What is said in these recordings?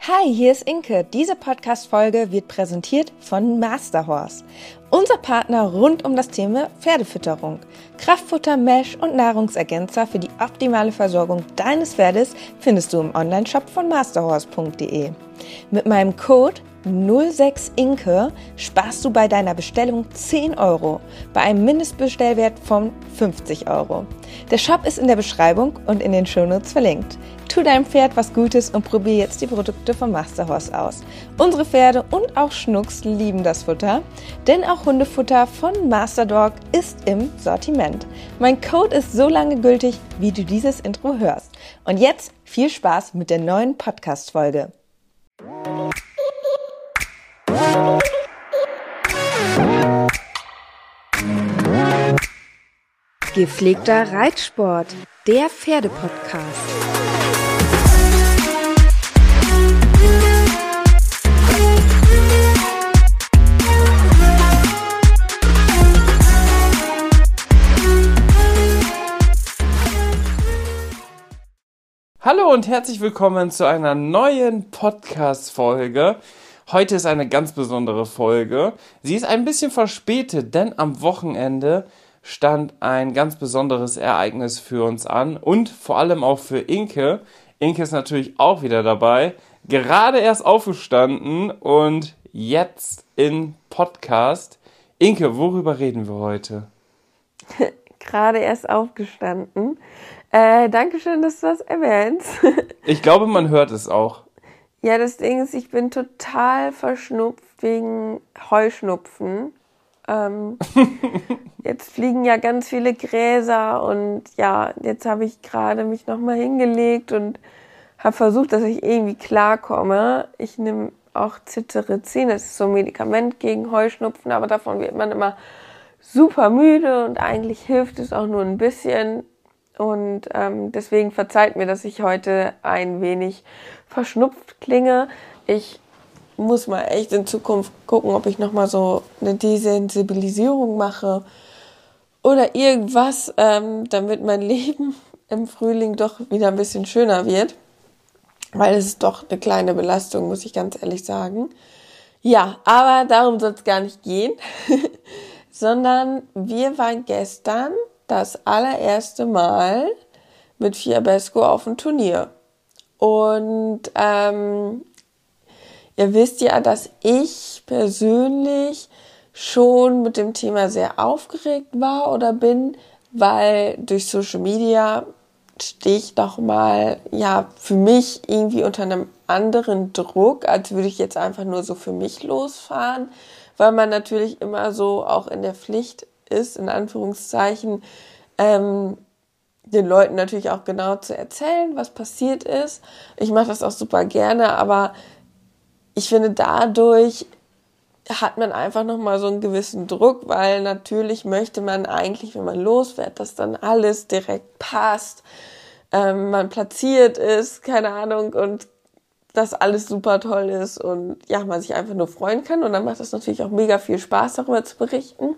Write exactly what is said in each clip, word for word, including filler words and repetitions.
Hi, hier ist Inke. Diese Podcast-Folge wird präsentiert von Masterhorse. Unser Partner rund um das Thema Pferdefütterung. Kraftfutter, Mesh und Nahrungsergänzer für die optimale Versorgung deines Pferdes findest du im Onlineshop von masterhorse punkt de. Mit meinem Code null sechs Inke sparst du bei deiner Bestellung zehn Euro, bei einem Mindestbestellwert von fünfzig Euro. Der Shop ist in der Beschreibung und in den Shownotes verlinkt. Tu deinem Pferd was Gutes und probier jetzt die Produkte von Masterhorse aus. Unsere Pferde und auch Schnucks lieben das Futter, denn auch Hundefutter von Masterdog ist im Sortiment. Mein Code ist so lange gültig, wie du dieses Intro hörst. Und jetzt viel Spaß mit der neuen Podcast-Folge. Gepflegter Reitsport, der Pferdepodcast. Hallo und herzlich willkommen zu einer neuen Podcast-Folge. Heute ist eine ganz besondere Folge. Sie ist ein bisschen verspätet, denn am Wochenende stand ein ganz besonderes Ereignis für uns an und vor allem auch für Inke. Inke ist natürlich auch wieder dabei, gerade erst aufgestanden und jetzt in Podcast. Inke, worüber reden wir heute? Gerade erst aufgestanden. Äh, Dankeschön, dass du das erwähnst. Ich glaube, man hört es auch. Ja, das Ding ist, ich bin total verschnupft wegen Heuschnupfen. Ähm, jetzt fliegen ja ganz viele Gräser und ja, jetzt habe ich gerade mich nochmal hingelegt und habe versucht, dass ich irgendwie klarkomme. Ich nehme auch Cetirizin, das ist so ein Medikament gegen Heuschnupfen, aber davon wird man immer super müde und eigentlich hilft es auch nur ein bisschen. Und ähm, deswegen verzeiht mir, dass ich heute ein wenig verschnupft klinge. Ich muss mal echt in Zukunft gucken, ob ich nochmal so eine Desensibilisierung mache oder irgendwas, ähm, damit mein Leben im Frühling doch wieder ein bisschen schöner wird. Weil es ist doch eine kleine Belastung, muss ich ganz ehrlich sagen. Ja, aber darum soll es gar nicht gehen, sondern wir waren gestern das allererste Mal mit Fiabesco auf dem Turnier. Und ähm, ihr wisst ja, dass ich persönlich schon mit dem Thema sehr aufgeregt war oder bin, weil durch Social Media stehe ich doch mal ja für mich irgendwie unter einem anderen Druck, als würde ich jetzt einfach nur so für mich losfahren, weil man natürlich immer so auch in der Pflicht ist, in Anführungszeichen, ähm, den Leuten natürlich auch genau zu erzählen, was passiert ist. Ich mache das auch super gerne, aber ich finde, dadurch hat man einfach nochmal so einen gewissen Druck, weil natürlich möchte man eigentlich, wenn man losfährt, dass dann alles direkt passt, ähm, man platziert ist, keine Ahnung, und dass alles super toll ist und ja, man sich einfach nur freuen kann. Und dann macht es natürlich auch mega viel Spaß, darüber zu berichten.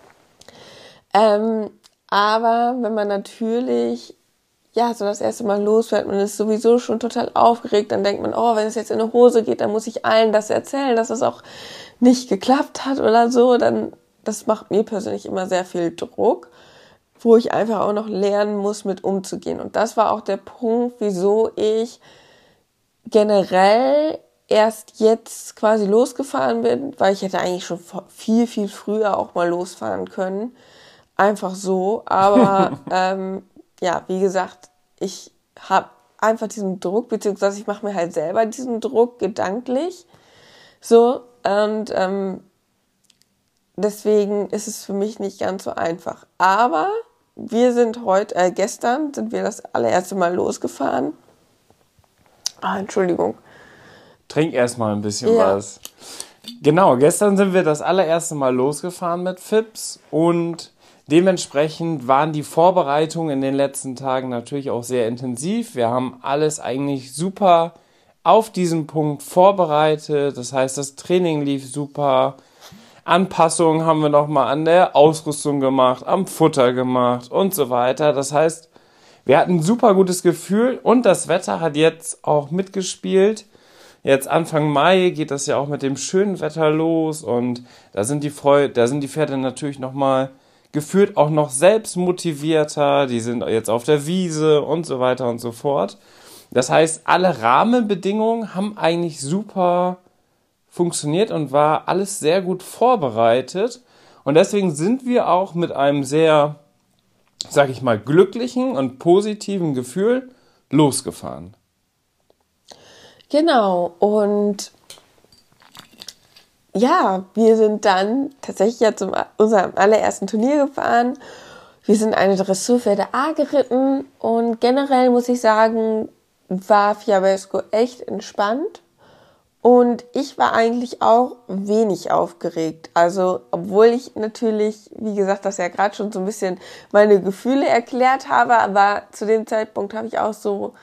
Ähm, aber wenn man natürlich ja so das erste Mal losfährt, man ist sowieso schon total aufgeregt, dann denkt man, oh, wenn es jetzt in eine Hose geht, dann muss ich allen das erzählen, dass es auch nicht geklappt hat oder so. Dann, das macht mir persönlich immer sehr viel Druck, wo ich einfach auch noch lernen muss, mit umzugehen. Und das war auch der Punkt, wieso ich generell erst jetzt quasi losgefahren bin, weil ich hätte eigentlich schon viel, viel früher auch mal losfahren können. Einfach so, aber ähm, ja, wie gesagt, ich habe einfach diesen Druck, beziehungsweise ich mache mir halt selber diesen Druck gedanklich, so, und ähm, deswegen ist es für mich nicht ganz so einfach. Aber wir sind heute, äh, gestern sind wir das allererste Mal losgefahren. Ah, Entschuldigung. Trink erstmal ein bisschen ja. was. Genau, gestern sind wir das allererste Mal losgefahren mit Fips und dementsprechend waren die Vorbereitungen in den letzten Tagen natürlich auch sehr intensiv. Wir haben alles eigentlich super auf diesen Punkt vorbereitet. Das heißt, das Training lief super. Anpassungen haben wir nochmal an der Ausrüstung gemacht, am Futter gemacht und so weiter. Das heißt, wir hatten ein super gutes Gefühl und das Wetter hat jetzt auch mitgespielt. jetzt Anfang Mai geht das ja auch mit dem schönen Wetter los und da sind die Freu- da sind die Pferde natürlich nochmal gefühlt auch noch selbst motivierter, die sind jetzt auf der Wiese und so weiter und so fort. Das heißt, alle Rahmenbedingungen haben eigentlich super funktioniert und war alles sehr gut vorbereitet. Und deswegen sind wir auch mit einem sehr, sag ich mal, glücklichen und positiven Gefühl losgefahren. Genau, und ja, wir sind dann tatsächlich ja zu unserem allerersten Turnier gefahren. Wir sind eine Dressurpferde A geritten und generell muss ich sagen, war Fiabesco echt entspannt. Und ich war eigentlich auch wenig aufgeregt. Also, obwohl ich natürlich, wie gesagt, das ja gerade schon so ein bisschen meine Gefühle erklärt habe, aber zu dem Zeitpunkt habe ich auch so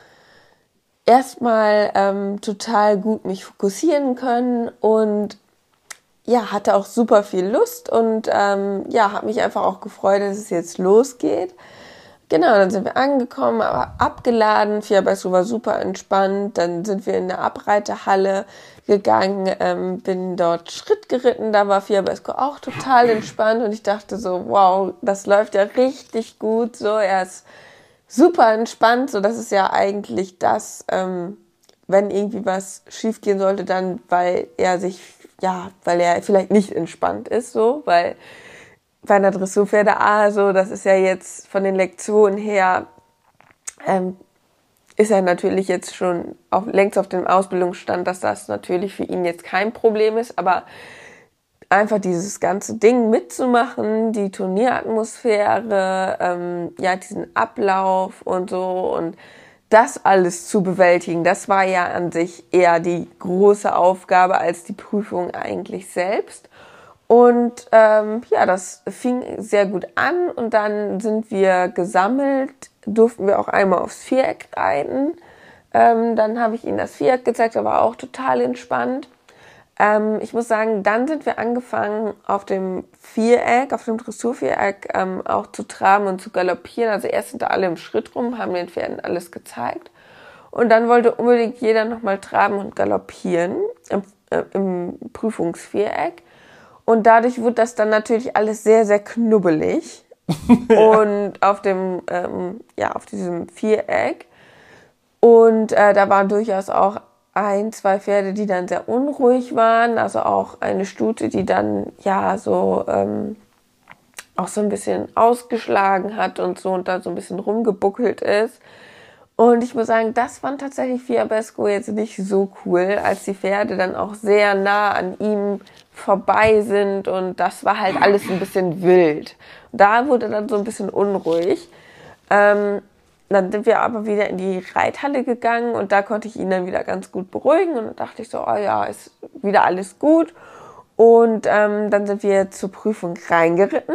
erstmal ähm, total gut mich fokussieren können und ja, hatte auch super viel Lust und ähm, ja, habe mich einfach auch gefreut, dass es jetzt losgeht. Genau, dann sind wir angekommen, aber abgeladen. Fiabesco war super entspannt. Dann sind wir in eine Abreiterhalle gegangen, ähm, bin dort Schritt geritten. Da war Fiabesco auch total entspannt und ich dachte so, wow, das läuft ja richtig gut. So, er ist super entspannt. So, das ist ja eigentlich das, ähm, wenn irgendwie was schief gehen sollte, dann weil er sich, ja, weil er vielleicht nicht entspannt ist, so, weil bei einer Dressurpferde A, so, das ist ja jetzt von den Lektionen her, ähm, ist er natürlich jetzt schon auf, längst auf dem Ausbildungsstand, dass das natürlich für ihn jetzt kein Problem ist, aber einfach dieses ganze Ding mitzumachen, die Turnieratmosphäre, ähm, ja, diesen Ablauf und so und das alles zu bewältigen, das war ja an sich eher die große Aufgabe als die Prüfung eigentlich selbst. Und ähm, ja, das fing sehr gut an und dann sind wir gesammelt, durften wir auch einmal aufs Viereck reiten. Ähm, dann habe ich ihnen das Viereck gezeigt, aber auch total entspannt. Ähm, ich muss sagen, dann sind wir angefangen auf dem Viereck, auf dem Dressurviereck ähm, auch zu traben und zu galoppieren. Also erst sind da alle im Schritt rum, haben den Pferden alles gezeigt. Und dann wollte unbedingt jeder nochmal traben und galoppieren im, äh, im Prüfungsviereck. Und dadurch wurde das dann natürlich alles sehr, sehr knubbelig. Und auf dem, ähm, ja, auf diesem Viereck. Und äh, da waren durchaus auch ein, zwei Pferde, die dann sehr unruhig waren. Also auch eine Stute, die dann, ja, so, ähm, auch so ein bisschen ausgeschlagen hat und so und da so ein bisschen rumgebuckelt ist. Und ich muss sagen, das fand tatsächlich Fiabesco jetzt nicht so cool, als die Pferde dann auch sehr nah an ihm vorbei sind und das war halt alles ein bisschen wild. Da wurde dann so ein bisschen unruhig. Ähm, dann sind wir aber wieder in die Reithalle gegangen und da konnte ich ihn dann wieder ganz gut beruhigen und dann dachte ich so, oh ja, ist wieder alles gut. Und ähm, dann sind wir zur Prüfung reingeritten.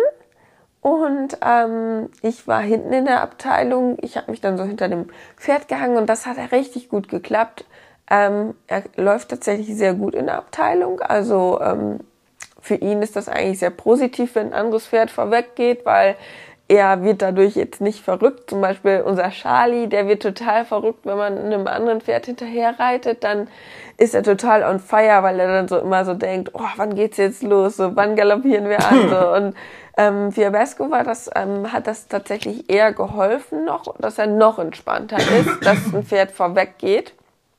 Und ähm, ich war hinten in der Abteilung, ich habe mich dann so hinter dem Pferd gehangen und das hat richtig gut geklappt. Ähm, er läuft tatsächlich sehr gut in der Abteilung, also ähm, für ihn ist das eigentlich sehr positiv, wenn ein anderes Pferd vorweg geht, weil er wird dadurch jetzt nicht verrückt. Zum Beispiel unser Charlie, der wird total verrückt, wenn man einem anderen Pferd hinterher reitet, dann ist er total on fire, weil er dann so immer so denkt, oh, wann geht's jetzt los, so, wann galoppieren wir an, so. Und ähm, Fiabesco war das, ähm, hat das tatsächlich eher geholfen noch, dass er noch entspannter ist, dass ein Pferd vorweg geht.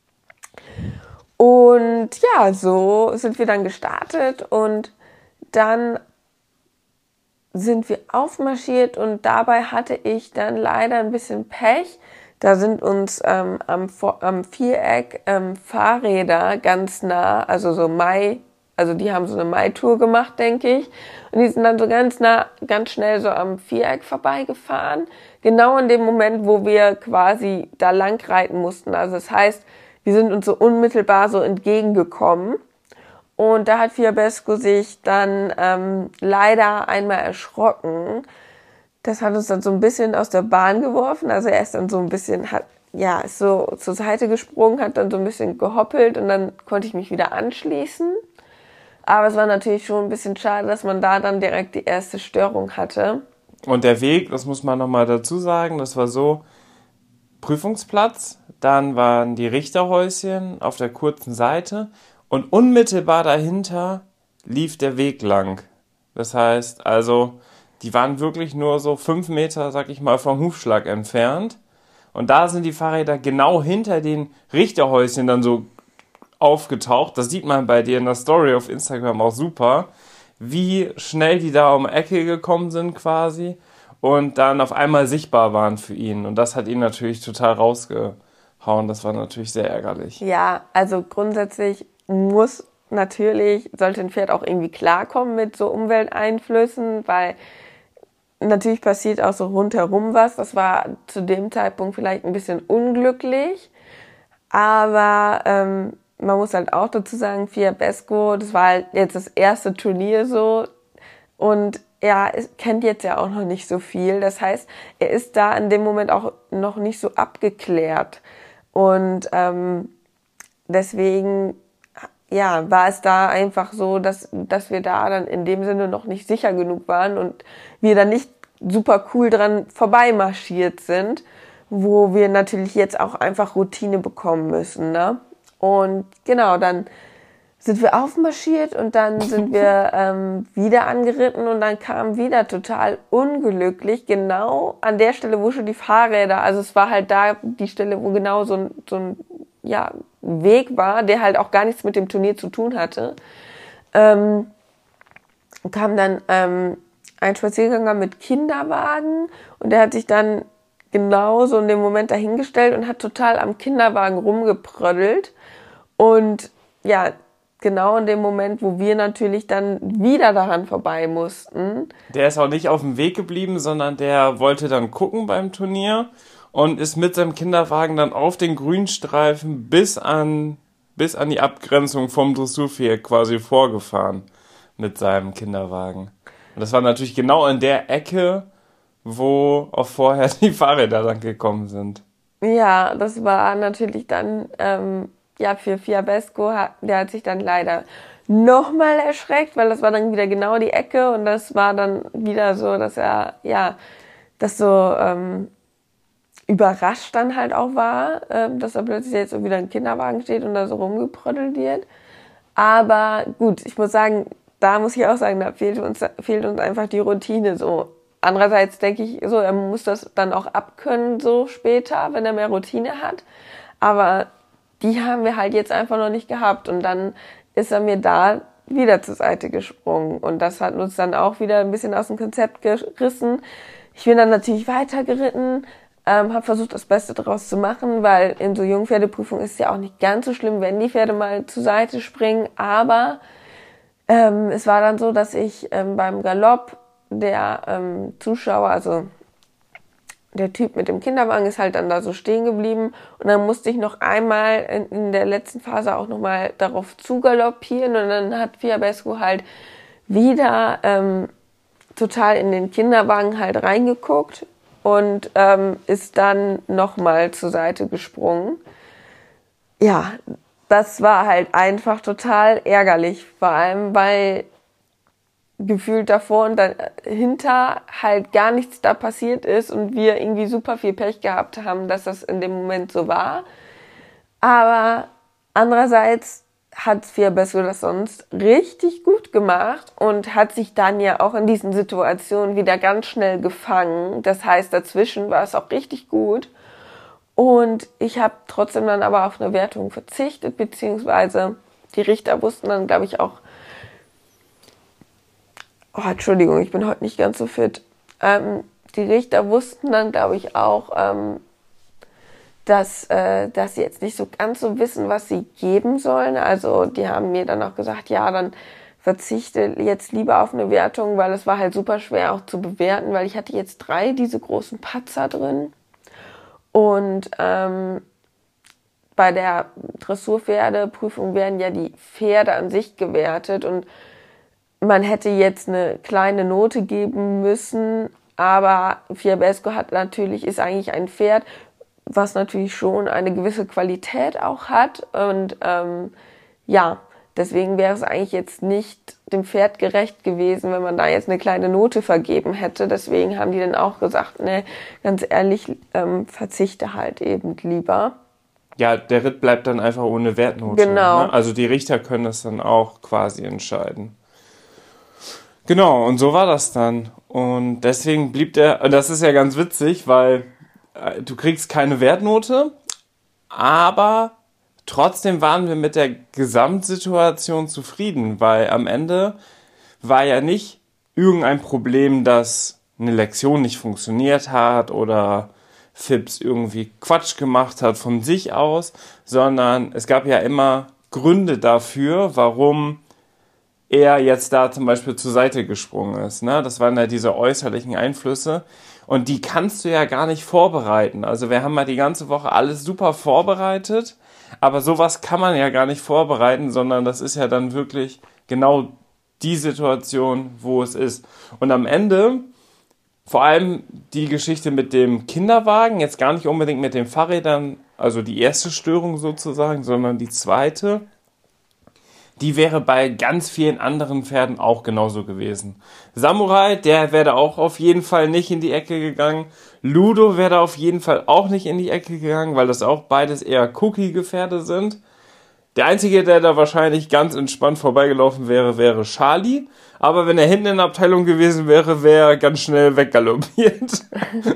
Und ja, so sind wir dann gestartet und dann sind wir aufmarschiert und dabei hatte ich dann leider ein bisschen Pech. Da sind uns ähm, am, am Viereck ähm, Fahrräder ganz nah, also so Mai, also die haben so eine Mai-Tour gemacht, denke ich. Und die sind dann so ganz nah, ganz schnell so am Viereck vorbeigefahren. Genau in dem Moment, wo wir quasi da lang reiten mussten. Also das heißt, wir sind uns so unmittelbar so entgegengekommen. Und da hat Fiabesco sich dann ähm, leider einmal erschrocken. Das hat uns dann so ein bisschen aus der Bahn geworfen. Also er ist dann so ein bisschen, hat, ja, ist so zur Seite gesprungen, hat dann so ein bisschen gehoppelt und dann konnte ich mich wieder anschließen. Aber es war natürlich schon ein bisschen schade, dass man da dann direkt die erste Störung hatte. Und der Weg, das muss man nochmal dazu sagen, das war so, Prüfungsplatz, dann waren die Richterhäuschen auf der kurzen Seite und unmittelbar dahinter lief der Weg lang. Das heißt, also, die waren wirklich nur so fünf Meter, sag ich mal, vom Hufschlag entfernt. Und da sind die Fahrräder genau hinter den Richterhäuschen dann so aufgetaucht. Das sieht man bei dir in der Story auf Instagram auch super, wie schnell die da um die Ecke gekommen sind quasi und dann auf einmal sichtbar waren für ihn. Und das hat ihn natürlich total rausgehauen. Das war natürlich sehr ärgerlich. Ja, also grundsätzlich muss natürlich, sollte ein Pferd auch irgendwie klarkommen mit so Umwelteinflüssen, weil natürlich passiert auch so rundherum was. Das war zu dem Zeitpunkt vielleicht ein bisschen unglücklich, aber ähm, man muss halt auch dazu sagen, Fiabesco, das war halt jetzt das erste Turnier so und er kennt jetzt ja auch noch nicht so viel. Das heißt, er ist da in dem Moment auch noch nicht so abgeklärt und ähm, deswegen ja, war es da einfach so, dass, dass wir da dann in dem Sinne noch nicht sicher genug waren und wir dann nicht super cool dran vorbeimarschiert sind, wo wir natürlich jetzt auch einfach Routine bekommen müssen, ne? Und genau, dann sind wir aufmarschiert und dann sind wir ähm, wieder angeritten und dann kam wieder total unglücklich, genau an der Stelle, wo schon die Fahrräder, also es war halt da die Stelle, wo genau so ein, so ein ja, Weg war, der halt auch gar nichts mit dem Turnier zu tun hatte, ähm, kam dann ähm, ein Spaziergänger mit Kinderwagen und der hat sich dann genau so in dem Moment dahingestellt und hat total am Kinderwagen rumgeprödelt und ja, genau in dem Moment, wo wir natürlich dann wieder daran vorbei mussten. Der ist auch nicht auf dem Weg geblieben, sondern der wollte dann gucken beim Turnier und ist mit seinem Kinderwagen dann auf den Grünstreifen bis an, bis an die Abgrenzung vom Dressurviereck quasi vorgefahren mit seinem Kinderwagen. Und das war natürlich genau in der Ecke, wo auch vorher die Fahrräder dann gekommen sind. Ja, das war natürlich dann, ähm, ja, für Fiabesco, der hat sich dann leider nochmal erschreckt, weil das war dann wieder genau die Ecke und das war dann wieder so, dass er, ja, das so, ähm, überrascht dann halt auch war, ähm, dass da plötzlich jetzt so wieder ein Kinderwagen steht und da so rumgeprödelt wird. Aber gut, ich muss sagen, da muss ich auch sagen, da fehlt uns, fehlt uns einfach die Routine so. Andererseits denke ich so, er muss das dann auch abkönnen so später, wenn er mehr Routine hat. Aber die haben wir halt jetzt einfach noch nicht gehabt und dann ist er mir da wieder zur Seite gesprungen und das hat uns dann auch wieder ein bisschen aus dem Konzept gerissen. Ich bin dann natürlich weitergeritten, ähm, habe versucht, das Beste daraus zu machen, weil in so Jungpferdeprüfungen ist es ja auch nicht ganz so schlimm, wenn die Pferde mal zur Seite springen, aber ähm, es war dann so, dass ich ähm, beim Galopp der ähm, Zuschauer, also der Typ mit dem Kinderwagen ist halt dann da so stehen geblieben und dann musste ich noch einmal in, in der letzten Phase auch nochmal darauf zugaloppieren und dann hat Fiabesco halt wieder ähm, total in den Kinderwagen halt reingeguckt und ähm, ist dann nochmal zur Seite gesprungen. Ja, das war halt einfach total ärgerlich, vor allem weil gefühlt davor und dahinter halt gar nichts da passiert ist und wir irgendwie super viel Pech gehabt haben, dass das in dem Moment so war. Aber andererseits hat Fiabesco das sonst richtig gut gemacht und hat sich dann ja auch in diesen Situationen wieder ganz schnell gefangen. Das heißt, dazwischen war es auch richtig gut. Und ich habe trotzdem dann aber auf eine Wertung verzichtet, beziehungsweise die Richter wussten dann, glaube ich, auch, oh, Entschuldigung, ich bin heute nicht ganz so fit. Ähm, die Richter wussten dann, glaube ich, auch, ähm, dass, äh, dass sie jetzt nicht so ganz so wissen, was sie geben sollen. Also die haben mir dann auch gesagt, ja, dann verzichte jetzt lieber auf eine Wertung, weil es war halt super schwer auch zu bewerten, weil ich hatte jetzt drei diese großen Patzer drin. Und ähm, bei der Dressurpferdeprüfung werden ja die Pferde an sich gewertet und man hätte jetzt eine kleine Note geben müssen, aber Fiabesco hat natürlich, ist eigentlich ein Pferd, was natürlich schon eine gewisse Qualität auch hat und ähm, ja, deswegen wäre es eigentlich jetzt nicht dem Pferd gerecht gewesen, wenn man da jetzt eine kleine Note vergeben hätte. Deswegen haben die dann auch gesagt, ne, ganz ehrlich, ähm, verzichte halt eben lieber. Ja, der Ritt bleibt dann einfach ohne Wertnote. Genau. Ne? Also die Richter können das dann auch quasi entscheiden. Genau, und so war das dann. Und deswegen blieb der, und das ist ja ganz witzig, weil äh, du kriegst keine Wertnote, aber trotzdem waren wir mit der Gesamtsituation zufrieden, weil am Ende war ja nicht irgendein Problem, dass eine Lektion nicht funktioniert hat oder Fips irgendwie Quatsch gemacht hat von sich aus, sondern es gab ja immer Gründe dafür, warum er jetzt da zum Beispiel zur Seite gesprungen ist. Ne? Das waren ja diese äußerlichen Einflüsse und die kannst du ja gar nicht vorbereiten. Also wir haben ja die ganze Woche alles super vorbereitet, aber sowas kann man ja gar nicht vorbereiten, sondern das ist ja dann wirklich genau die Situation, wo es ist. Und am Ende, vor allem die Geschichte mit dem Kinderwagen, jetzt gar nicht unbedingt mit den Fahrrädern, also die erste Störung sozusagen, sondern die zweite, die wäre bei ganz vielen anderen Pferden auch genauso gewesen. Samurai, der wäre da auch auf jeden Fall nicht in die Ecke gegangen. Ludo wäre da auf jeden Fall auch nicht in die Ecke gegangen, weil das auch beides eher cookie Pferde sind. Der Einzige, der da wahrscheinlich ganz entspannt vorbeigelaufen wäre, wäre Charlie. Aber wenn er hinten in der Abteilung gewesen wäre, wäre er ganz schnell weggaloppiert.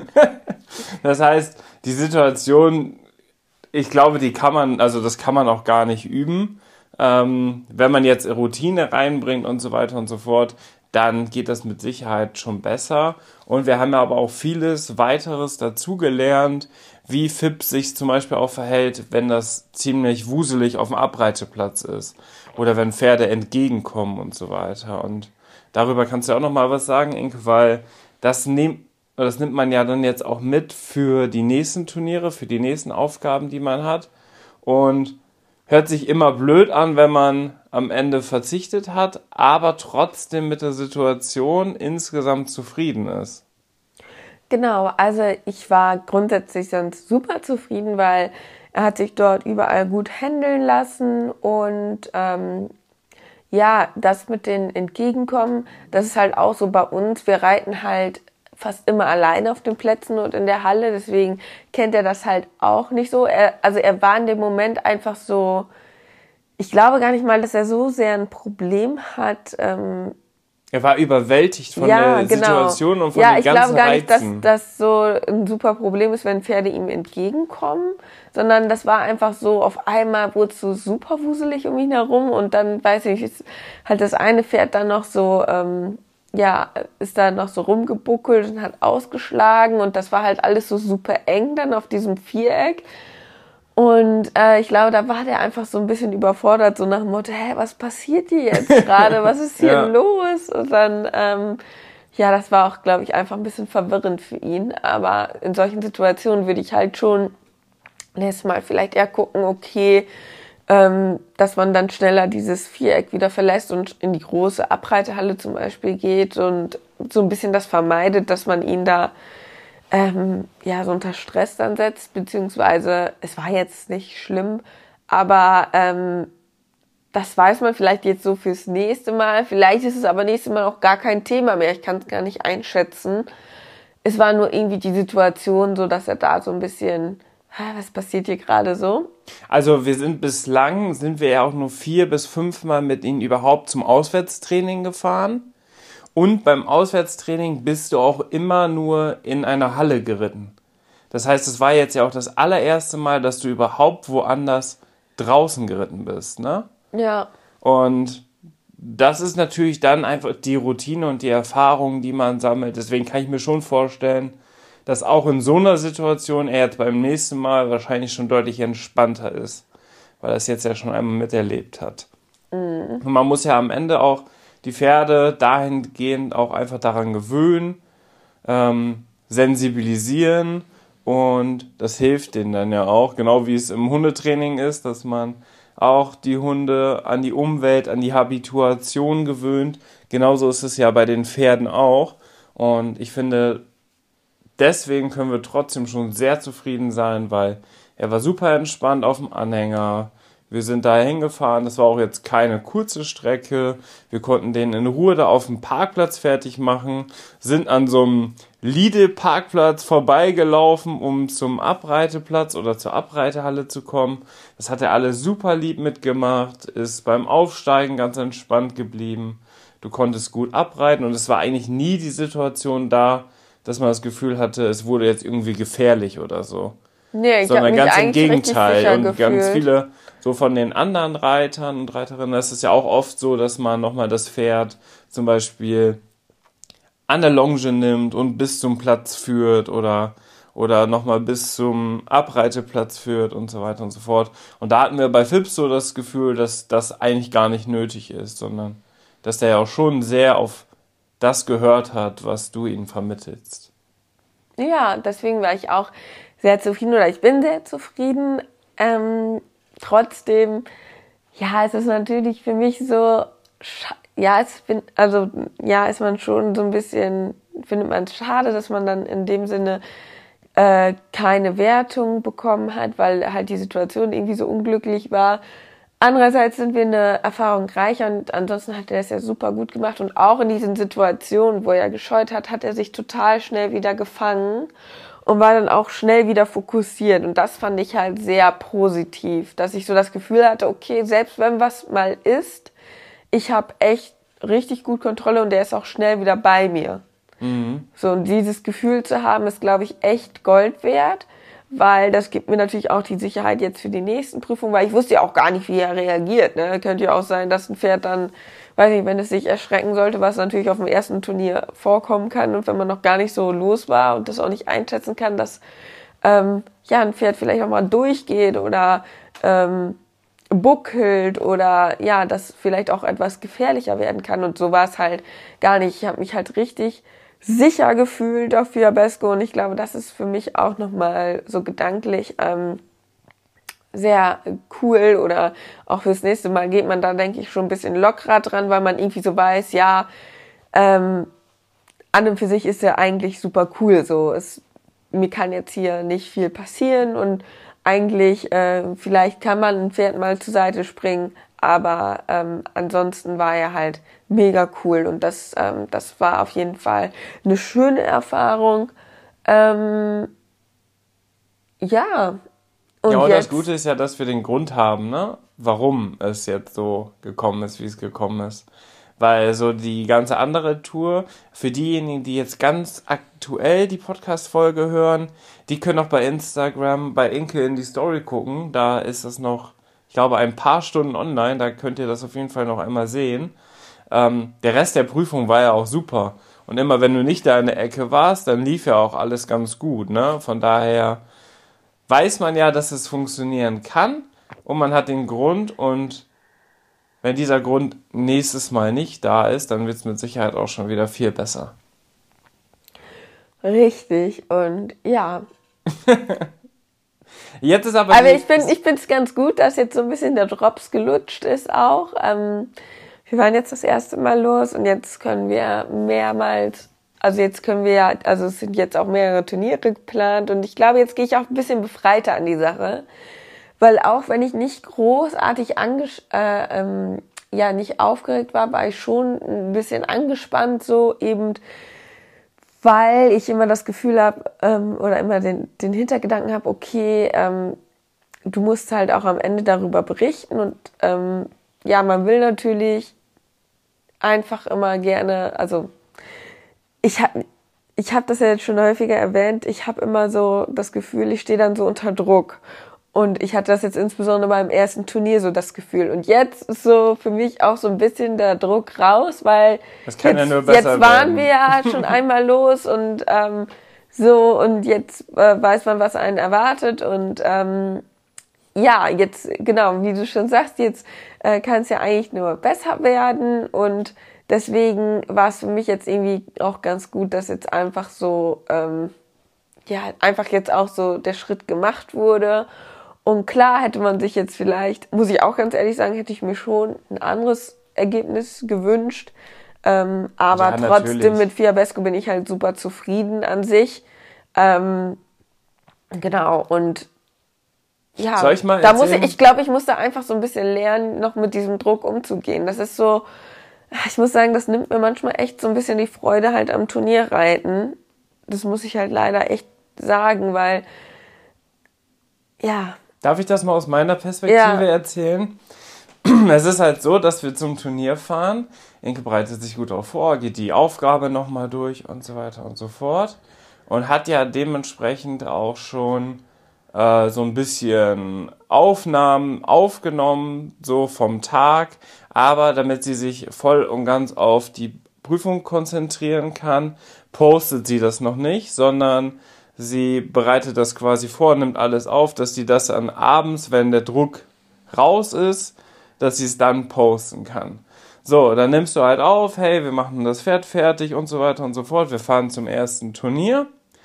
Das heißt, die Situation, ich glaube, die kann man, also das kann man auch gar nicht üben. Ähm, wenn man jetzt Routine reinbringt und so weiter und so fort, dann geht das mit Sicherheit schon besser. Und wir haben ja aber auch vieles weiteres dazugelernt, wie Fips sich zum Beispiel auch verhält, wenn das ziemlich wuselig auf dem Abreiteplatz ist oder wenn Pferde entgegenkommen und so weiter. Und darüber kannst du auch noch mal was sagen, Inke, weil das, nehm, das nimmt man ja dann jetzt auch mit für die nächsten Turniere, für die nächsten Aufgaben, die man hat. Und hört sich immer blöd an, wenn man am Ende verzichtet hat, aber trotzdem mit der Situation insgesamt zufrieden ist. Genau, also ich war grundsätzlich sonst super zufrieden, weil er hat sich dort überall gut handeln lassen und ähm, ja, das mit den Entgegenkommen, das ist halt auch so bei uns. Wir reiten halt fast immer alleine auf den Plätzen und in der Halle, deswegen kennt er das halt auch nicht so. Er, also er war in dem Moment einfach so, ich glaube gar nicht mal, dass er so sehr ein Problem hat. Ähm, er war überwältigt von ja, der genau. Situation und von ja, den ganzen Reizen. Ja, ich glaube gar nicht, dass das so ein super Problem ist, wenn Pferde ihm entgegenkommen, sondern das war einfach so, auf einmal wurde es so super wuselig um ihn herum und dann, weiß ich nicht, ist halt das eine Pferd dann noch so, ähm, ja, ist da noch so rumgebuckelt und hat ausgeschlagen und das war halt alles so super eng dann auf diesem Viereck. Und äh, ich glaube, da war der einfach so ein bisschen überfordert, so nach dem Motto, hä, was passiert hier jetzt gerade? Was ist hier ja. los? Und dann, ähm, ja, das war auch, glaube ich, einfach ein bisschen verwirrend für ihn. Aber in solchen Situationen würde ich halt schon nächstes Mal vielleicht eher gucken, okay, ähm, dass man dann schneller dieses Viereck wieder verlässt und in die große Abreitehalle zum Beispiel geht und so ein bisschen das vermeidet, dass man ihn da Ähm, ja, so unter Stress dann setzt, beziehungsweise es war jetzt nicht schlimm, aber ähm, das weiß man vielleicht jetzt so fürs nächste Mal. Vielleicht ist es aber nächstes Mal auch gar kein Thema mehr. Ich kann es gar nicht einschätzen. Es war nur irgendwie die Situation so, dass er da so ein bisschen, was passiert hier gerade so? Also wir sind bislang, sind wir ja auch nur vier bis fünfmal mit ihm überhaupt zum Auswärtstraining gefahren. Und beim Auswärtstraining bist du auch immer nur in einer Halle geritten. Das heißt, es war jetzt ja auch das allererste Mal, dass du überhaupt woanders draußen geritten bist, ne? Ja. Und das ist natürlich dann einfach die Routine und die Erfahrung, die man sammelt. Deswegen kann ich mir schon vorstellen, dass auch in so einer Situation er jetzt beim nächsten Mal wahrscheinlich schon deutlich entspannter ist, weil er es jetzt ja schon einmal miterlebt hat. Mhm. Und man muss ja am Ende auch die Pferde dahingehend auch einfach daran gewöhnen, ähm, sensibilisieren und das hilft denen dann ja auch, genau wie es im Hundetraining ist, dass man auch die Hunde an die Umwelt, an die Habituation gewöhnt. Genauso ist es ja bei den Pferden auch und ich finde, deswegen können wir trotzdem schon sehr zufrieden sein, weil er war super entspannt auf dem Anhänger. Wir sind da hingefahren, das war auch jetzt keine kurze Strecke. Wir konnten den in Ruhe da auf dem Parkplatz fertig machen, sind an so einem Lidl-Parkplatz vorbeigelaufen, um zum Abreiteplatz oder zur Abreitehalle zu kommen. Das hat er alles super lieb mitgemacht, ist beim Aufsteigen ganz entspannt geblieben. Du konntest gut abreiten und es war eigentlich nie die Situation da, dass man das Gefühl hatte, es wurde jetzt irgendwie gefährlich oder so. Nee, ich Sondern mich ganz im eigentlich richtig Gegenteil. sicher Und gefühlt. ganz viele, so von den anderen Reitern und Reiterinnen, das ist ja auch oft so, dass man nochmal das Pferd zum Beispiel an der Longe nimmt und bis zum Platz führt oder, oder nochmal bis zum Abreiteplatz führt und so weiter und so fort. Und da hatten wir bei Fips so das Gefühl, dass das eigentlich gar nicht nötig ist, sondern dass der ja auch schon sehr auf das gehört hat, was du ihm vermittelst. Ja, deswegen war ich auch sehr zufrieden oder ich bin sehr zufrieden. Ähm, trotzdem, ja, es ist natürlich für mich so, ja, es bin, also ja, ist man schon so ein bisschen, findet man es schade, dass man dann in dem Sinne äh, keine Wertung bekommen hat, weil halt die Situation irgendwie so unglücklich war. Andererseits sind wir eine Erfahrung reicher und ansonsten hat er das ja super gut gemacht und auch in diesen Situationen, wo er gescheut hat, hat er sich total schnell wieder gefangen und war dann auch schnell wieder fokussiert und das fand ich halt sehr positiv, dass ich so das Gefühl hatte, okay, selbst wenn was mal ist, ich habe echt richtig gut Kontrolle und der ist auch schnell wieder bei mir. Mhm. So, und dieses Gefühl zu haben, ist, glaube ich, echt Gold wert. Weil das gibt mir natürlich auch die Sicherheit jetzt für die nächsten Prüfungen, weil ich wusste ja auch gar nicht, wie er reagiert. Ne? Könnte ja auch sein, dass ein Pferd dann, weiß nicht, wenn es sich erschrecken sollte, was natürlich auf dem ersten Turnier vorkommen kann und wenn man noch gar nicht so los war und das auch nicht einschätzen kann, dass ähm, ja ein Pferd vielleicht auch mal durchgeht oder ähm, buckelt oder ja, das vielleicht auch etwas gefährlicher werden kann und so war es halt gar nicht. Ich habe mich halt richtig sicher gefühlt auf Fiabesco und ich glaube, das ist für mich auch nochmal so gedanklich ähm, sehr cool oder auch fürs nächste Mal geht man da, denke ich, schon ein bisschen lockerer dran, weil man irgendwie so weiß, ja, ähm, an und für sich ist ja eigentlich super cool, so, es, mir kann jetzt hier nicht viel passieren und eigentlich, äh, vielleicht kann man ein Pferd mal zur Seite springen, aber ähm, ansonsten war er halt mega cool und das, ähm, das war auf jeden Fall eine schöne Erfahrung. Ähm, ja. Und ja, und jetzt, das Gute ist ja, dass wir den Grund haben, ne? Warum es jetzt so gekommen ist, wie es gekommen ist. Weil so die ganze andere Tour, für diejenigen, die jetzt ganz aktuell die Podcast-Folge hören, die können auch bei Instagram, bei Inke in die Story gucken. Da ist es noch, ich glaube, ein paar Stunden online. Da könnt ihr das auf jeden Fall noch einmal sehen. Ähm, der Rest der Prüfung war ja auch super. Und immer, wenn du nicht da in der Ecke warst, dann lief ja auch alles ganz gut, ne? Von daher weiß man ja, dass es funktionieren kann. Und man hat den Grund und wenn dieser Grund nächstes Mal nicht da ist, dann wird es mit Sicherheit auch schon wieder viel besser. Richtig, und ja. Jetzt ist aber... Aber ich finde ich finde es ganz gut, dass jetzt so ein bisschen der Drops gelutscht ist auch. Ähm, wir waren jetzt das erste Mal los und jetzt können wir mehrmals, also jetzt können wir ja, also es sind jetzt auch mehrere Turniere geplant und ich glaube, jetzt gehe ich auch ein bisschen befreiter an die Sache. Weil auch wenn ich nicht großartig anges äh, ähm, ja nicht aufgeregt war, war ich schon ein bisschen angespannt so eben, weil ich immer das Gefühl habe ähm, oder immer den, den Hintergedanken habe, okay, ähm, du musst halt auch am Ende darüber berichten und ähm, ja, man will natürlich einfach immer gerne, also ich habe ich hab das ja jetzt schon häufiger erwähnt, ich habe immer so das Gefühl, ich stehe dann so unter Druck. Und ich hatte das jetzt insbesondere beim ersten Turnier so das Gefühl. Und jetzt ist so für mich auch so ein bisschen der Druck raus, weil das kann jetzt, ja nur besser jetzt waren werden. wir ja schon einmal los und ähm, so und jetzt äh, weiß man, was einen erwartet. Und ähm, ja, jetzt, genau, wie du schon sagst, jetzt äh, kann es ja eigentlich nur besser werden. Und deswegen war es für mich jetzt irgendwie auch ganz gut, dass jetzt einfach so, ähm, ja, einfach jetzt auch so der Schritt gemacht wurde. Und klar hätte man sich jetzt vielleicht, muss ich auch ganz ehrlich sagen, hätte ich mir schon ein anderes Ergebnis gewünscht. Ähm, aber ja, trotzdem natürlich. mit Fiabesco bin ich halt super zufrieden an sich. Ähm, genau, und ja, Soll ich mal da muss erzählen? ich, ich glaube, ich muss da einfach so ein bisschen lernen, noch mit diesem Druck umzugehen. Das ist so, ich muss sagen, das nimmt mir manchmal echt so ein bisschen die Freude halt am Turnierreiten. Das muss ich halt leider echt sagen, weil, ja. Darf ich das mal aus meiner Perspektive Ja. erzählen? Es ist halt so, dass wir zum Turnier fahren. Inke bereitet sich gut darauf vor, geht die Aufgabe nochmal durch und so weiter und so fort. Und hat ja dementsprechend auch schon äh, so ein bisschen Aufnahmen aufgenommen, so vom Tag. Aber damit sie sich voll und ganz auf die Prüfung konzentrieren kann, postet sie das noch nicht, sondern sie bereitet das quasi vor, nimmt alles auf, dass sie das dann abends, wenn der Druck raus ist, dass sie es dann posten kann. So, dann nimmst du halt auf, hey, wir machen das Pferd fertig und so weiter und so fort. Wir fahren zum ersten Turnier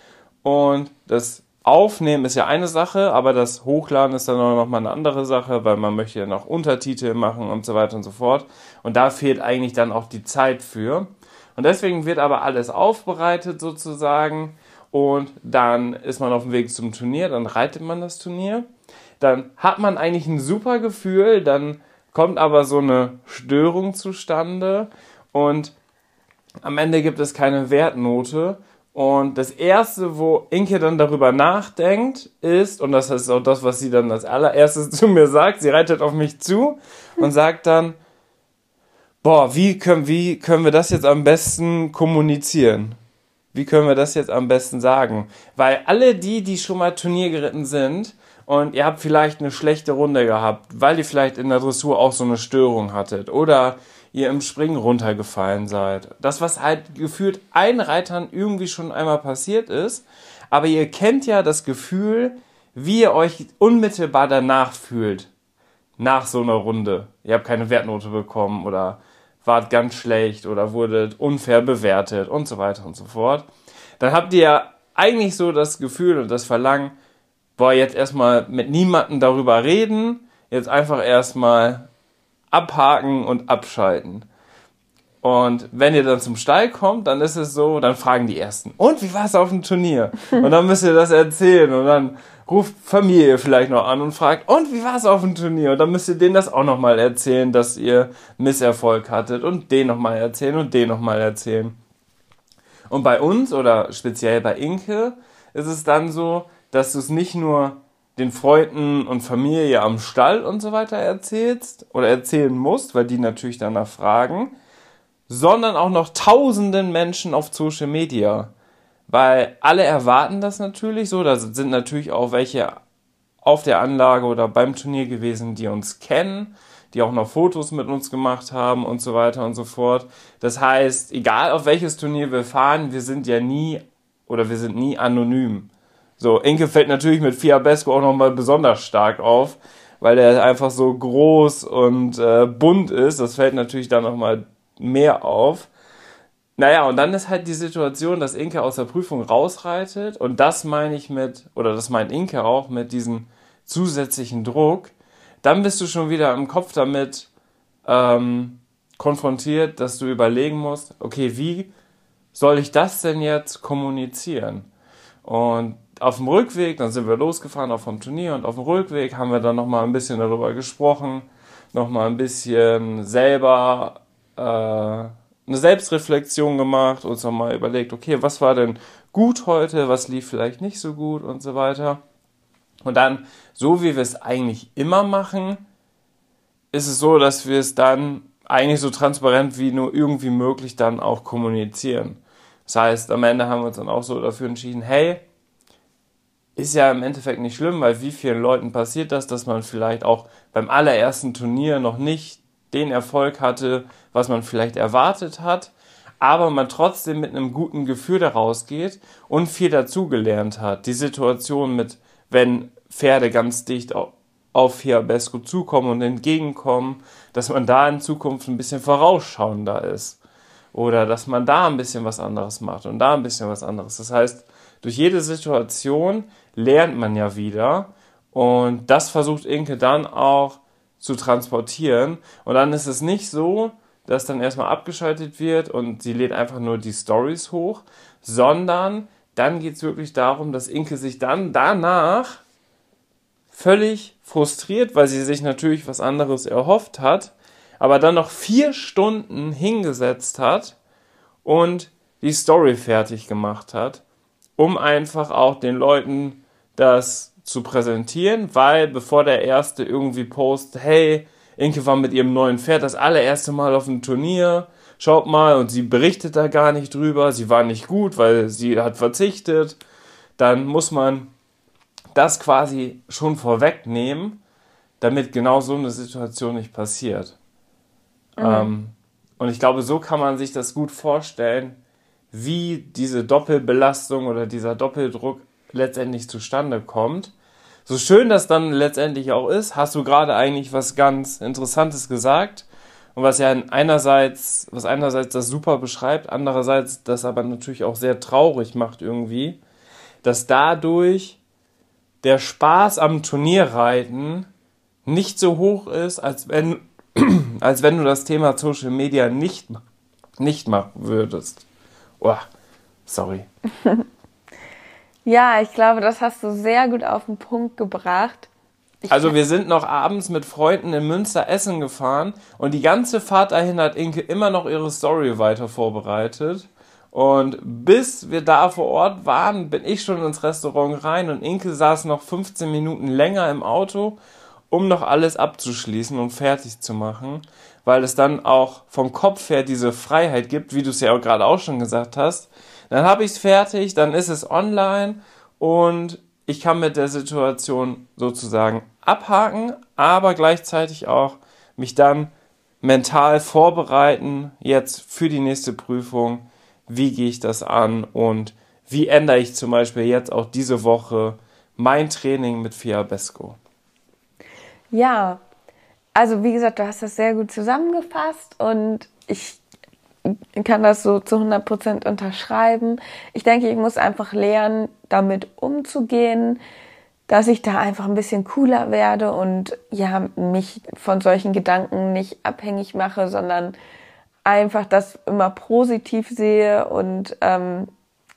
und das Aufnehmen ist ja eine Sache, aber das Hochladen ist dann auch nochmal eine andere Sache, weil man möchte ja noch Untertitel machen und so weiter und so fort. Und da fehlt eigentlich dann auch die Zeit für. Und deswegen wird aber alles aufbereitet sozusagen und dann ist man auf dem Weg zum Turnier, dann reitet man das Turnier. Dann hat man eigentlich ein super Gefühl, dann kommt aber so eine Störung zustande und am Ende gibt es keine Wertnote. Und das Erste, wo Inke dann darüber nachdenkt, ist, und das ist auch das, was sie dann als allererstes zu mir sagt, sie reitet auf mich zu und sagt dann, boah, wie können, wie können wir das jetzt am besten kommunizieren? Wie können wir das jetzt am besten sagen? Weil alle die, die schon mal Turnier geritten sind und ihr habt vielleicht eine schlechte Runde gehabt, weil ihr vielleicht in der Dressur auch so eine Störung hattet oder ihr im Springen runtergefallen seid. Das, was halt gefühlt allen Reitern irgendwie schon einmal passiert ist, aber ihr kennt ja das Gefühl, wie ihr euch unmittelbar danach fühlt, nach so einer Runde. Ihr habt keine Wertnote bekommen oder wart ganz schlecht oder wurdet unfair bewertet und so weiter und so fort. Dann habt ihr ja eigentlich so das Gefühl und das Verlangen, boah, jetzt erstmal mit niemandem darüber reden, jetzt einfach erstmal abhaken und abschalten. Und wenn ihr dann zum Stall kommt, dann ist es so, dann fragen die Ersten, und wie war es auf dem Turnier? Und dann müsst ihr das erzählen und dann ruft Familie vielleicht noch an und fragt, und wie war es auf dem Turnier? Und dann müsst ihr denen das auch nochmal erzählen, dass ihr Misserfolg hattet und den nochmal erzählen und den nochmal erzählen. Und bei uns oder speziell bei Inke ist es dann so, dass du es nicht nur den Freunden und Familie am Stall und so weiter erzählst oder erzählen musst, weil die natürlich danach fragen, sondern auch noch tausenden Menschen auf Social Media. Weil alle erwarten das natürlich so, da sind natürlich auch welche auf der Anlage oder beim Turnier gewesen, die uns kennen, die auch noch Fotos mit uns gemacht haben und so weiter und so fort. Das heißt, egal auf welches Turnier wir fahren, wir sind ja nie oder wir sind nie anonym. So, Inke fällt natürlich mit Fiabesco auch nochmal besonders stark auf, weil der einfach so groß und äh, bunt ist. Das fällt natürlich dann nochmal mehr auf. Naja, und dann ist halt die Situation, dass Inke aus der Prüfung rausreitet und das meine ich mit, oder das meint Inke auch mit diesem zusätzlichen Druck. Dann bist du schon wieder im Kopf damit ähm, konfrontiert, dass du überlegen musst, okay, wie soll ich das denn jetzt kommunizieren? Und auf dem Rückweg, dann sind wir losgefahren auf dem Turnier und auf dem Rückweg haben wir dann nochmal ein bisschen darüber gesprochen, nochmal ein bisschen selber äh, eine Selbstreflexion gemacht, uns nochmal überlegt, okay, was war denn gut heute, was lief vielleicht nicht so gut und so weiter. Und dann, so wie wir es eigentlich immer machen, ist es so, dass wir es dann eigentlich so transparent wie nur irgendwie möglich dann auch kommunizieren. Das heißt, am Ende haben wir uns dann auch so dafür entschieden, hey, ist ja im Endeffekt nicht schlimm, weil wie vielen Leuten passiert das, dass man vielleicht auch beim allerersten Turnier noch nicht den Erfolg hatte, was man vielleicht erwartet hat, aber man trotzdem mit einem guten Gefühl daraus geht und viel dazugelernt hat. Die Situation mit, wenn Pferde ganz dicht auf Fiabesco zukommen und entgegenkommen, dass man da in Zukunft ein bisschen vorausschauender ist. Oder dass man da ein bisschen was anderes macht und da ein bisschen was anderes. Das heißt, durch jede Situation lernt man ja wieder und das versucht Inke dann auch zu transportieren. Und dann ist es nicht so, dass dann erstmal abgeschaltet wird und sie lädt einfach nur die Stories hoch, sondern dann geht es wirklich darum, dass Inke sich dann danach völlig frustriert, weil sie sich natürlich was anderes erhofft hat, aber dann noch vier Stunden hingesetzt hat und die Story fertig gemacht hat, um einfach auch den Leuten das zu präsentieren, weil bevor der Erste irgendwie postet, hey, Inke war mit ihrem neuen Pferd das allererste Mal auf dem Turnier, schaut mal, und sie berichtet da gar nicht drüber, sie war nicht gut, weil sie hat verzichtet, dann muss man das quasi schon vorwegnehmen, damit genau so eine Situation nicht passiert. Mhm. Ähm, und ich glaube, so kann man sich das gut vorstellen, wie diese Doppelbelastung oder dieser Doppeldruck letztendlich zustande kommt. So schön das dann letztendlich auch ist, hast du gerade eigentlich was ganz Interessantes gesagt und was ja einerseits, was einerseits das super beschreibt, andererseits das aber natürlich auch sehr traurig macht irgendwie, dass dadurch der Spaß am Turnierreiten nicht so hoch ist, als wenn, als wenn du das Thema Social Media nicht, nicht machen würdest. Oh, sorry. Ja, ich glaube, das hast du sehr gut auf den Punkt gebracht. Ich also wir sind noch abends mit Freunden in Münster essen gefahren und die ganze Fahrt dahin hat Inke immer noch ihre Story weiter vorbereitet. Und bis wir da vor Ort waren, bin ich schon ins Restaurant rein und Inke saß noch fünfzehn Minuten länger im Auto, um noch alles abzuschließen und fertig zu machen, weil es dann auch vom Kopf her diese Freiheit gibt, wie du es ja auch gerade auch schon gesagt hast. Dann habe ich es fertig, dann ist es online und ich kann mit der Situation sozusagen abhaken, aber gleichzeitig auch mich dann mental vorbereiten, jetzt für die nächste Prüfung. Wie gehe ich das an und wie ändere ich zum Beispiel jetzt auch diese Woche mein Training mit Fiabesco? Ja, also wie gesagt, du hast das sehr gut zusammengefasst und ich kann das so zu hundert Prozent unterschreiben. Ich denke, ich muss einfach lernen, damit umzugehen, dass ich da einfach ein bisschen cooler werde und ja, mich von solchen Gedanken nicht abhängig mache, sondern einfach das immer positiv sehe und ähm,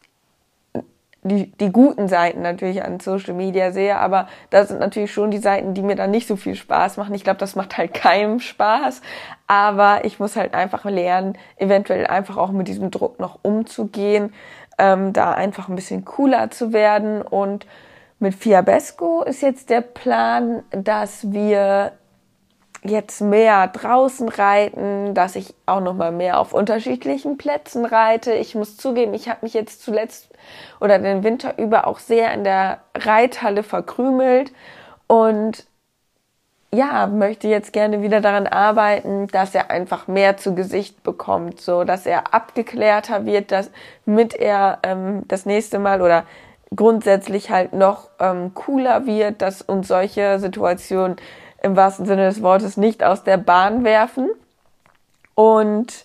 die, die guten Seiten natürlich an Social Media sehe, aber das sind natürlich schon die Seiten, die mir dann nicht so viel Spaß machen. Ich glaube, das macht halt keinem Spaß, aber ich muss halt einfach lernen, eventuell einfach auch mit diesem Druck noch umzugehen, ähm, da einfach ein bisschen cooler zu werden. Und mit Fiabesco ist jetzt der Plan, dass wir jetzt mehr draußen reiten, dass ich auch noch mal mehr auf unterschiedlichen Plätzen reite. Ich muss zugeben, ich habe mich jetzt zuletzt oder den Winter über auch sehr in der Reithalle verkrümelt und ja, möchte jetzt gerne wieder daran arbeiten, dass er einfach mehr zu Gesicht bekommt, so dass er abgeklärter wird, damit er ähm, das nächste Mal oder grundsätzlich halt noch ähm, cooler wird, dass uns solche Situationen im wahrsten Sinne des Wortes nicht aus der Bahn werfen und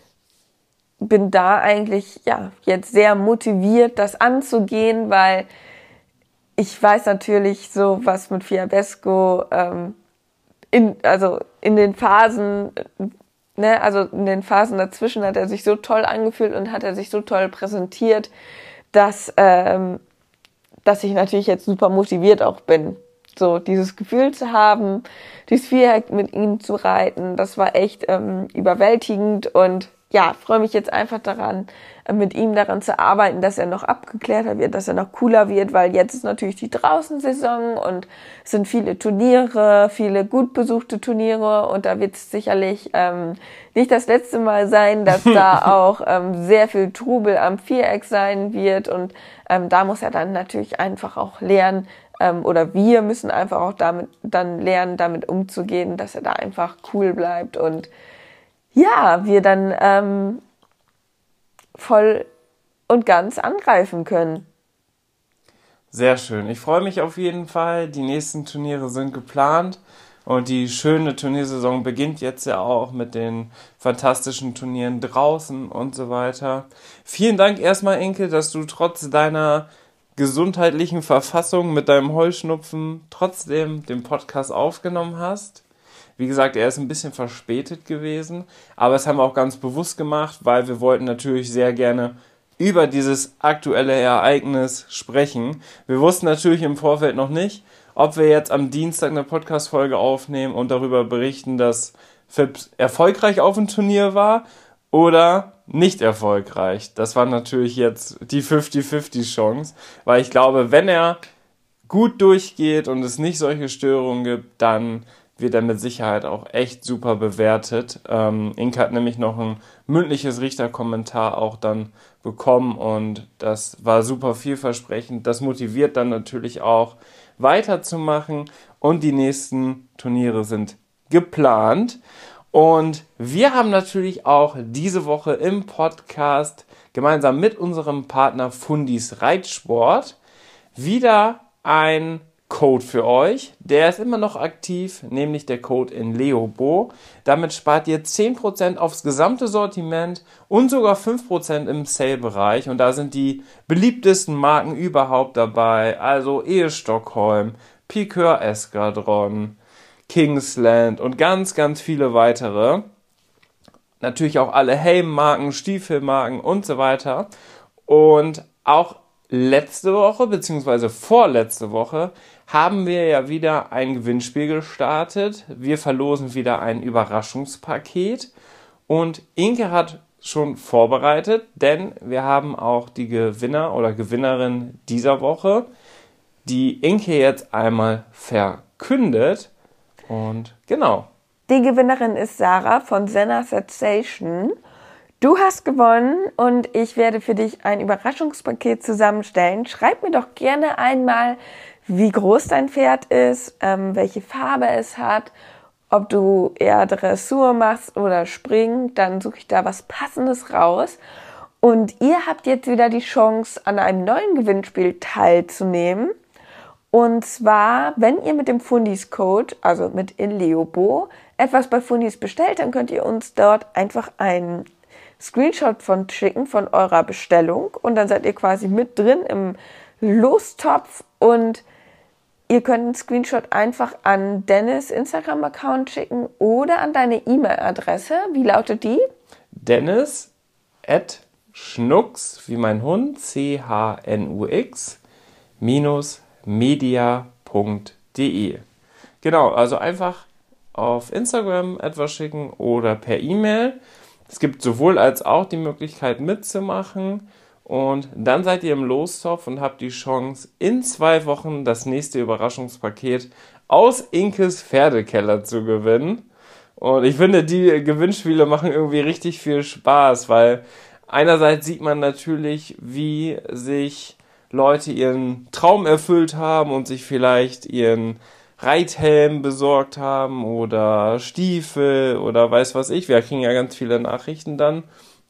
bin da eigentlich ja jetzt sehr motiviert, das anzugehen, weil ich weiß natürlich so, was mit Fiabesco ähm, in, also in den Phasen, ne, also in den Phasen dazwischen hat er sich so toll angefühlt und hat er sich so toll präsentiert, dass, ähm, dass ich natürlich jetzt super motiviert auch bin. So dieses Gefühl zu haben, dieses Viereck mit ihm zu reiten, das war echt ähm, überwältigend und ja, freue mich jetzt einfach daran, äh, mit ihm daran zu arbeiten, dass er noch abgeklärter wird, dass er noch cooler wird, weil jetzt ist natürlich die Draußensaison und es sind viele Turniere, viele gut besuchte Turniere und da wird es sicherlich ähm, nicht das letzte Mal sein, dass da auch ähm, sehr viel Trubel am Viereck sein wird und ähm, da muss er dann natürlich einfach auch lernen, Ähm, oder wir müssen einfach auch damit dann lernen, damit umzugehen, dass er da einfach cool bleibt und ja, wir dann ähm, voll und ganz angreifen können. Sehr schön. Ich freue mich auf jeden Fall. Die nächsten Turniere sind geplant und die schöne Turniersaison beginnt jetzt ja auch mit den fantastischen Turnieren draußen und so weiter. Vielen Dank erstmal, Inke, dass du trotz deiner gesundheitlichen Verfassung mit deinem Heuschnupfen trotzdem den Podcast aufgenommen hast. Wie gesagt, er ist ein bisschen verspätet gewesen, aber das haben wir auch ganz bewusst gemacht, weil wir wollten natürlich sehr gerne über dieses aktuelle Ereignis sprechen. Wir wussten natürlich im Vorfeld noch nicht, ob wir jetzt am Dienstag eine Podcast-Folge aufnehmen und darüber berichten, dass Phipps erfolgreich auf dem Turnier war oder nicht erfolgreich. Das war natürlich jetzt die fünfzig fünfzig Chance, weil ich glaube, wenn er gut durchgeht und es nicht solche Störungen gibt, dann wird er mit Sicherheit auch echt super bewertet. Ähm, Inke hat nämlich noch ein mündliches Richterkommentar auch dann bekommen und das war super vielversprechend. Das motiviert dann natürlich auch weiterzumachen und die nächsten Turniere sind geplant. Und wir haben natürlich auch diese Woche im Podcast gemeinsam mit unserem Partner Fundis Reitsport wieder ein Code für euch. Der ist immer noch aktiv, nämlich der Code in Leobo. Damit spart ihr zehn Prozent aufs gesamte Sortiment und sogar fünf Prozent im Sale-Bereich. Und da sind die beliebtesten Marken überhaupt dabei. Also Ehe Stockholm, Piqueur Eskadron, Kingsland und ganz, ganz viele weitere. Natürlich auch alle Helmmarken, Stiefelmarken und so weiter. Und auch letzte Woche, beziehungsweise vorletzte Woche, haben wir ja wieder ein Gewinnspiel gestartet. Wir verlosen wieder ein Überraschungspaket. Und Inke hat schon vorbereitet, denn wir haben auch die Gewinner oder Gewinnerin dieser Woche, die Inke jetzt einmal verkündet. Und genau. Die Gewinnerin ist Sarah von Senna Sensation. Du hast gewonnen und ich werde für dich ein Überraschungspaket zusammenstellen. Schreib mir doch gerne einmal, wie groß dein Pferd ist, ähm, welche Farbe es hat, ob du eher Dressur machst oder Springen. Dann suche ich da was Passendes raus. Und ihr habt jetzt wieder die Chance, an einem neuen Gewinnspiel teilzunehmen. Und zwar, wenn ihr mit dem Fundis-Code, also mit Inleobo, etwas bei Fundis bestellt, dann könnt ihr uns dort einfach einen Screenshot von schicken von eurer Bestellung und dann seid ihr quasi mit drin im Lostopf und ihr könnt einen Screenshot einfach an Dennis Instagram-Account schicken oder an deine E-Mail-Adresse. Wie lautet die? Dennis at Schnux, wie mein Hund, C H N U X, minus media punkt de. Genau, also einfach auf Instagram etwas schicken oder per E-Mail. Es gibt sowohl als auch die Möglichkeit mitzumachen und dann seid ihr im Lostopf und habt die Chance, in zwei Wochen das nächste Überraschungspaket aus Inkes Pferdekeller zu gewinnen. Und ich finde, die Gewinnspiele machen irgendwie richtig viel Spaß, weil einerseits sieht man natürlich, wie sich Leute ihren Traum erfüllt haben und sich vielleicht ihren Reithelm besorgt haben oder Stiefel oder weiß was ich. Wir kriegen ja ganz viele Nachrichten dann.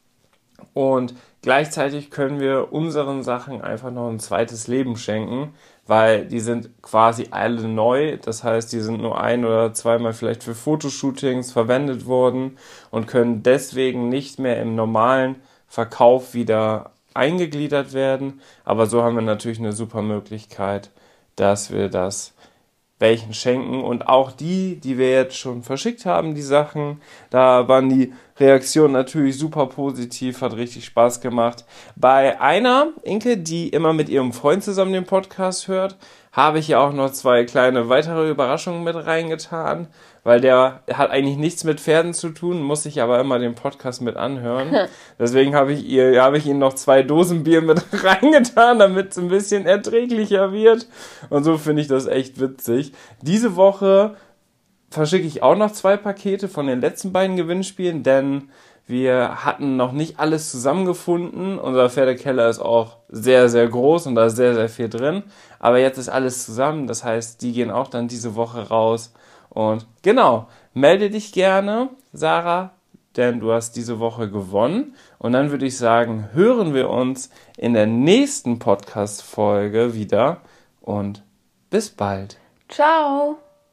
Und gleichzeitig können wir unseren Sachen einfach noch ein zweites Leben schenken, weil die sind quasi alle neu. Das heißt, die sind nur ein- oder zweimal vielleicht für Fotoshootings verwendet worden und können deswegen nicht mehr im normalen Verkauf wieder eingegliedert werden. Aber so haben wir natürlich eine super Möglichkeit, dass wir das welchen schenken und auch die, die wir jetzt schon verschickt haben, die Sachen, da waren die Reaktionen natürlich super positiv, hat richtig Spaß gemacht. Bei einer, Inke, die immer mit ihrem Freund zusammen den Podcast hört, habe ich ja auch noch zwei kleine weitere Überraschungen mit reingetan, weil der hat eigentlich nichts mit Pferden zu tun, muss sich aber immer den Podcast mit anhören. Deswegen habe ich ihr, habe ich ihm noch zwei Dosen Bier mit reingetan, damit es ein bisschen erträglicher wird. Und so finde ich das echt witzig. Diese Woche verschicke ich auch noch zwei Pakete von den letzten beiden Gewinnspielen, denn wir hatten noch nicht alles zusammengefunden. Unser Pferdekeller ist auch sehr, sehr groß und da ist sehr, sehr viel drin. Aber jetzt ist alles zusammen, das heißt, die gehen auch dann diese Woche raus. Und genau, melde dich gerne, Sarah, denn du hast diese Woche gewonnen. Und dann würde ich sagen, hören wir uns in der nächsten Podcast-Folge wieder und bis bald. Ciao!